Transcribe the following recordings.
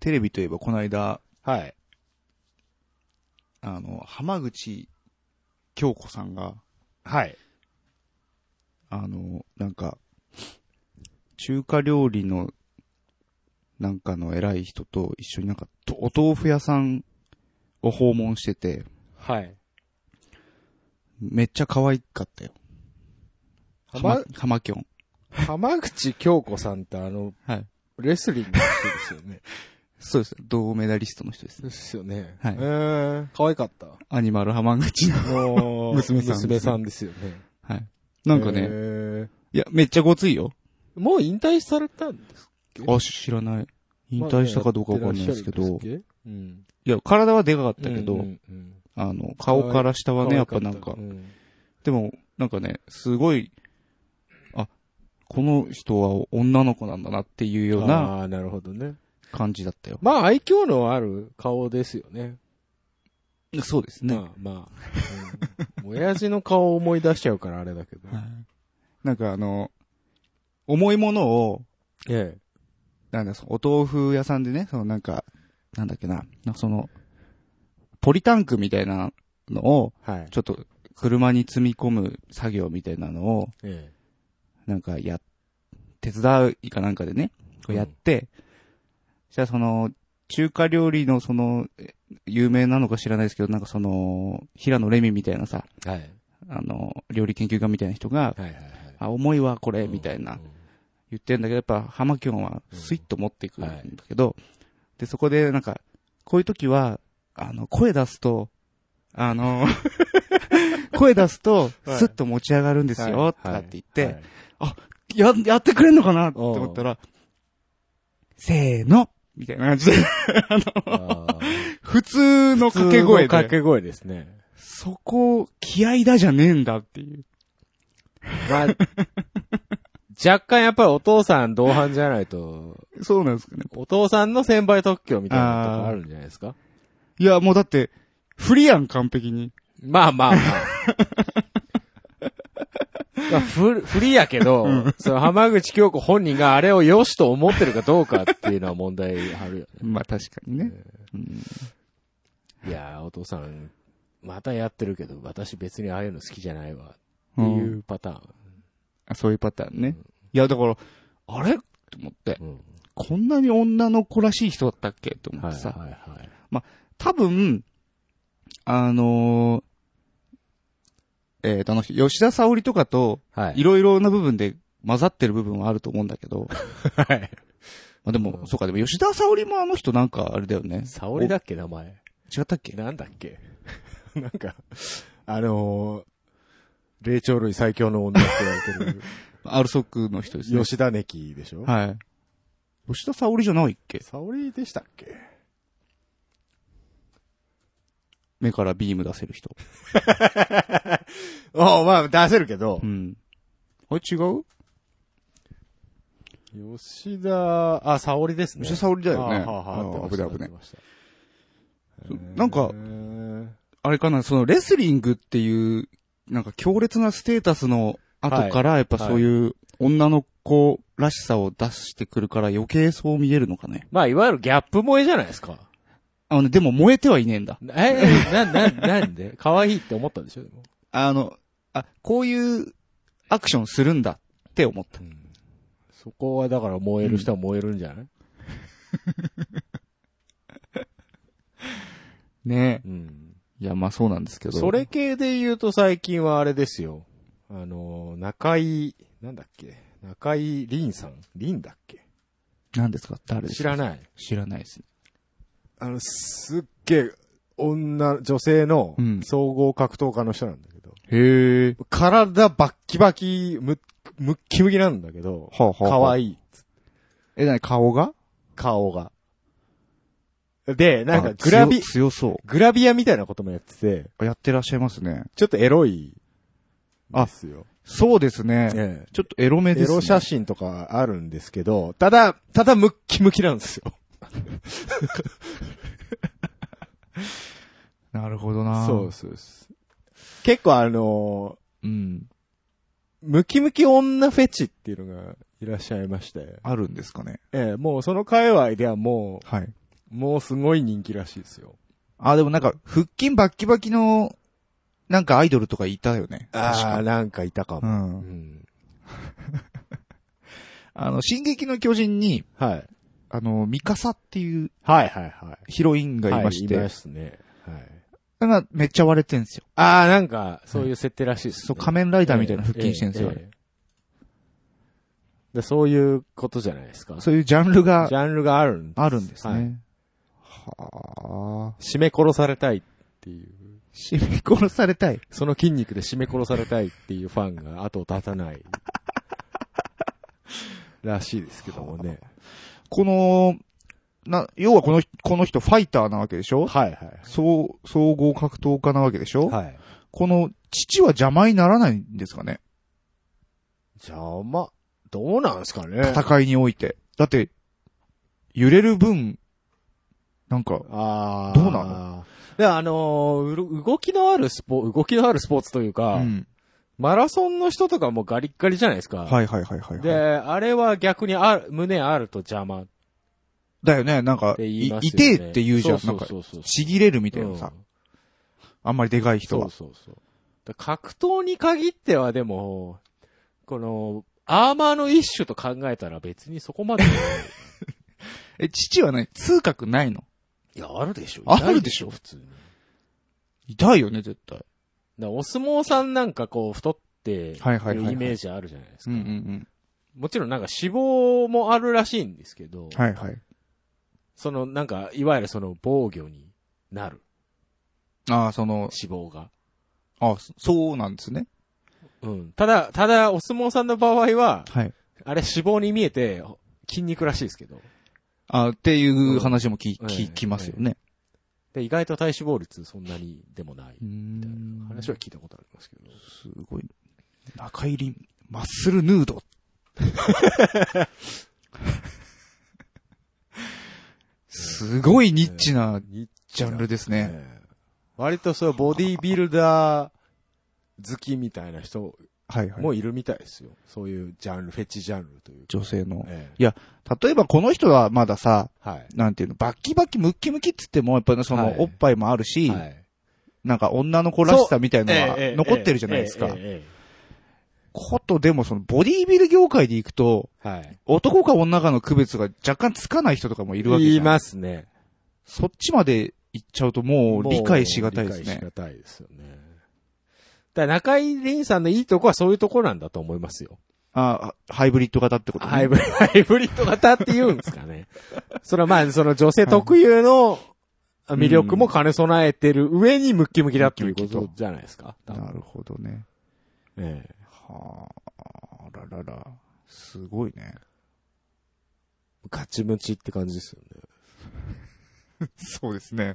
テレビといえばこの間、 はい。 浜口京子さんが、 はい。 なんか、中華料理の、なんかの偉い人と一緒になんか、お豆腐屋さんを訪問してて、 はい。 めっちゃ可愛かったよ。浜きょん。 浜口京子さんってはい。 レスリングの人ですよね。 そうです。銅メダリストの人です。 ですよね。 はい可愛かった。 アニマル浜口の娘さん。 娘さんですよね。 はい。なんかね、いや、めっちゃごついよ。 もう引退されたんですあ、知らない。引退したかどうかわかんないですけど、 いや、体はでかかったけど、 うん顔から下はね、やっぱなんか、 うんでも、なんかね、すごい、あ、この人は女の子なんだなっていうようななるほどね。 感じだったよ。 まあ、愛嬌のある顔ですよね。 そうですね。 まあ、親父の顔を思い出しちゃうからあれだけど。 なんか重いものを、 ええ。 なんだ、お豆腐屋さんでね、なんか、なんだっけな、ポリタンクみたいなのを、 はい。 ちょっと車に積み込む作業みたいなのを、 えなんか手伝いかなんかでね、こうやって、じゃあ中華料理の有名なのか知らないですけど、なんか平野レミみたいなさ、 はい。 料理研究家みたいな人が、 はいはいはい。 あ、重いわ、これ、みたいな、言ってんだけど、やっぱ、浜きょんは、スイッと持っていくんだけど、で、そこで、なんか、こういう時は、声出すと、声出すと、スッと持ち上がるんですよ、とかって言って、あ、やってくれんのかなって思ったら、せーのみたいな感じで、普通の掛け声で。 掛け声ですね。 そこ、気合だじゃねえんだっていう。 まあ、若干やっぱりお父さん同伴じゃないと。 そうなんですかね。 お父さんの先輩特許みたいなとこあるんじゃないですか。 いや、もうだって、フリやん、完璧に。 まあ。まあ、フリやけど、浜口京子本人があれを良しと思ってるかどうかっていうのは問題あるよね。 まあ確かにね。 いやー、お父さん、またやってるけど、私別にああいうの好きじゃないわ。っていうパターン。 そういうパターンね。いや、だから、あれと思って、こんなに女の子らしい人だったっけと思ってさ。まあ、多分、吉田沙保里とかと、いろいろな部分で混ざってる部分はあると思うんだけど。 はい。 まあでも、そうか、でも吉田沙保里もあの人なんかあれだよね。 沙保里だっけ、名前。 違ったっけ？ なんだっけなんか、霊長類最強の女って言われてる。 アルソックの人ですね。 吉田ネキでしょ？ はい。吉田沙保里じゃないっけ？ 沙保里でしたっけ？ 目からビーム出せる人。 まあ、出せるけど。 うん。あれ違う？ 吉田、沙保里ですね。 吉田沙保里だよね。危ない危ない。なんか、あれかな、レスリングっていう、なんか強烈なステータスの後から、やっぱそういう女の子らしさを出してくるから余計そう見えるのかね。 まあ、いわゆるギャップ萌えじゃないですか。 でも燃えてはいねえんだ。 なんで可愛いって思ったんでしょでもこういうアクションするんだって思った。 そこはだから燃える人は燃えるんじゃない？ ねえ。いや、まあそうなんですけど。 それ系で言うと最近はあれですよ。中井凛さん？凛だっけ？ 何ですか？誰ですか？ 知らない。 知らないですね。 すっげえ、女性の総合格闘家の人なんだけど。 へえ。 体バッキバキ、ムッキムキなんだけど。可愛い。 何、顔が？ で、なんか強そう。 グラビアみたいなこともやってて。 やってらっしゃいますね。 ちょっとエロい。ですよ。 そうですね。ちょっとエロめですね。 エロ写真とかあるんですけど、ただムッキムキなんですよ。 なるほどな。 そう。結構ムキムキ女フェチっていうのがいらっしゃいまして。 あるんですかね。 もうその界隈ではもう、 もうすごい人気らしいですよ。 でもなんか、腹筋バッキバキの、なんかアイドルとかいたよね。 なんかいたかも。 進撃の巨人に、 はい。 ミカサっていう、 はいはいはい。 ヒロインがいまして。 いますね。はい。 なんかめっちゃ割れてんすよ。 なんか、そういう設定らしいですね。 そう、仮面ライダーみたいな腹筋してんすよ、 で。そういうことじゃないですか。 そういうジャンルがあるんです。 あるんですね。 はあ。締め殺されたいっていう。 締め殺されたい。 その筋肉で締め殺されたいっていうファンが後を絶たない。らしいですけどもね。 要はこの人ファイターなわけでしょ？ はいはい。 総合格闘家なわけでしょ？ はい。 この父は邪魔にならないんですかね？ 邪魔、どうなんですかね？ 戦いにおいて。だって、揺れる分、なんか、どうなの？ で、動きのあるスポーツというか、マラソンの人とかもガリッガリじゃないですか。 はいはいはいはい。 で、あれは逆に胸あると邪魔。 だよね、なんか、痛えって言うじゃん。なんか、ちぎれるみたいなさ。あんまりでかい人は。 そう。格闘に限ってはでも、この、アーマーの一種と考えたら別にそこまで。 父はね、痛覚ないの？ いや、あるでしょ。 あるでしょ、 普通に。 痛いよね、絶対。 お相撲さんなんかこう、太ってるイメージあるじゃないですか。もちろんなんか脂肪もあるらしいんですけど。 はいはい。 なんか、いわゆる防御になる。脂肪が。 そうなんですね。 うん。ただ、お相撲さんの場合は、 はい。 あれ脂肪に見えて、筋肉らしいですけど。 っていう話も聞きますよね。 で、意外と体脂肪率そんなにでもない。みたいな話は聞いたことありますけど。 すごい。中入り、マッスルヌード。すごいニッチなジャンルですね。 割とボディービルダー好きみたいな人もいるみたいですよ。そういうジャンル、フェチジャンルという。 女性の。いや、例えばこの人はまださ、 はい、 なんていうの、バッキバキムッキムキっつっても、やっぱりおっぱいもあるし、なんか女の子らしさみたいなのは残ってるじゃないですか。でもボディービル業界で行くと、男か女かの区別が若干つかない人とかもいるわけじゃん。 いますね。 そっちまで行っちゃうともう理解しがたいですね。 理解しがたいですよね。だから中井凛さんのいいとこはそういうとこなんだと思いますよ。 ハイブリッド型ってことね。 ハイブリッド型って言うんですかね。それは女性特有の魅力も兼ね備えてる上にムッキムキだっていうことじゃないですか。 なるほどね。はあ、らら。すごいね。 ガチムチって感じですよね。そうですね。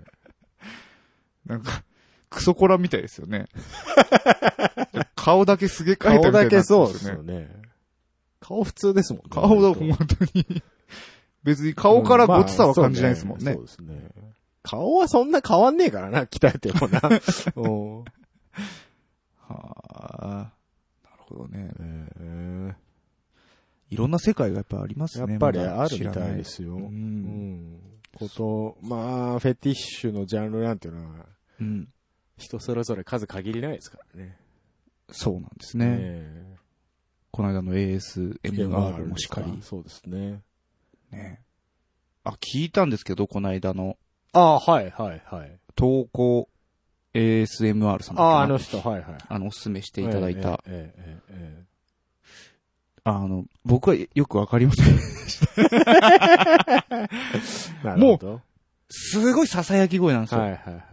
なんか、クソコラみたいですよね。顔だけすげえ描いたみたいな、 顔だけそうですよね。顔普通ですもんね。 顔だ、本当に。別に顔からごつさは感じないですもんね。 そうですね。顔はそんな変わんねえからな、鍛えてもな。 はあ。なるほどね。いろんな世界がやっぱありますね。 やっぱりあるみたいですよ。フェティッシュのジャンルなんていうのは、人それぞれ数限りないですからね。 そうなんですね。この間の ASMR もしかり。 そうですね。 聞いたんですけど、この間の。 はい。 投稿 ASMR さん。 あの人、はい。 おすすめしていただいた。僕はよくわかりませんでした。もう、すごい囁き声なんですよ。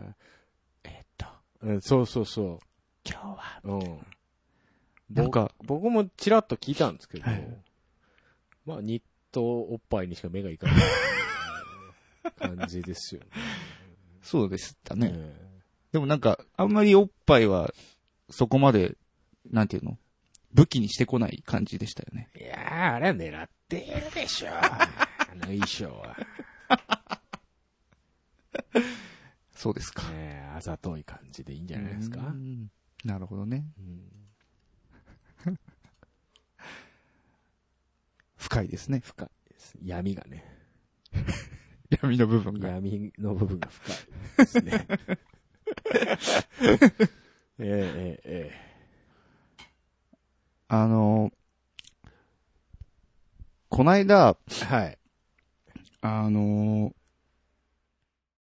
そう。 今日は、 なんか、僕もちらっと聞いたんですけど、ニットおっぱいにしか目がいかない感じですよね。 そうでしたね。でもなんか、あんまりおっぱいは、そこまで、なんていうの？武器にしてこない感じでしたよね。 いやー、あれは狙ってるでしょ。衣装は。 そうですか。 あざとい感じでいいんじゃないですか。 なるほどね。深いですね。 深いです。闇がね。 闇の部分が。 闇の部分が深いですね。 こないだ、 はい。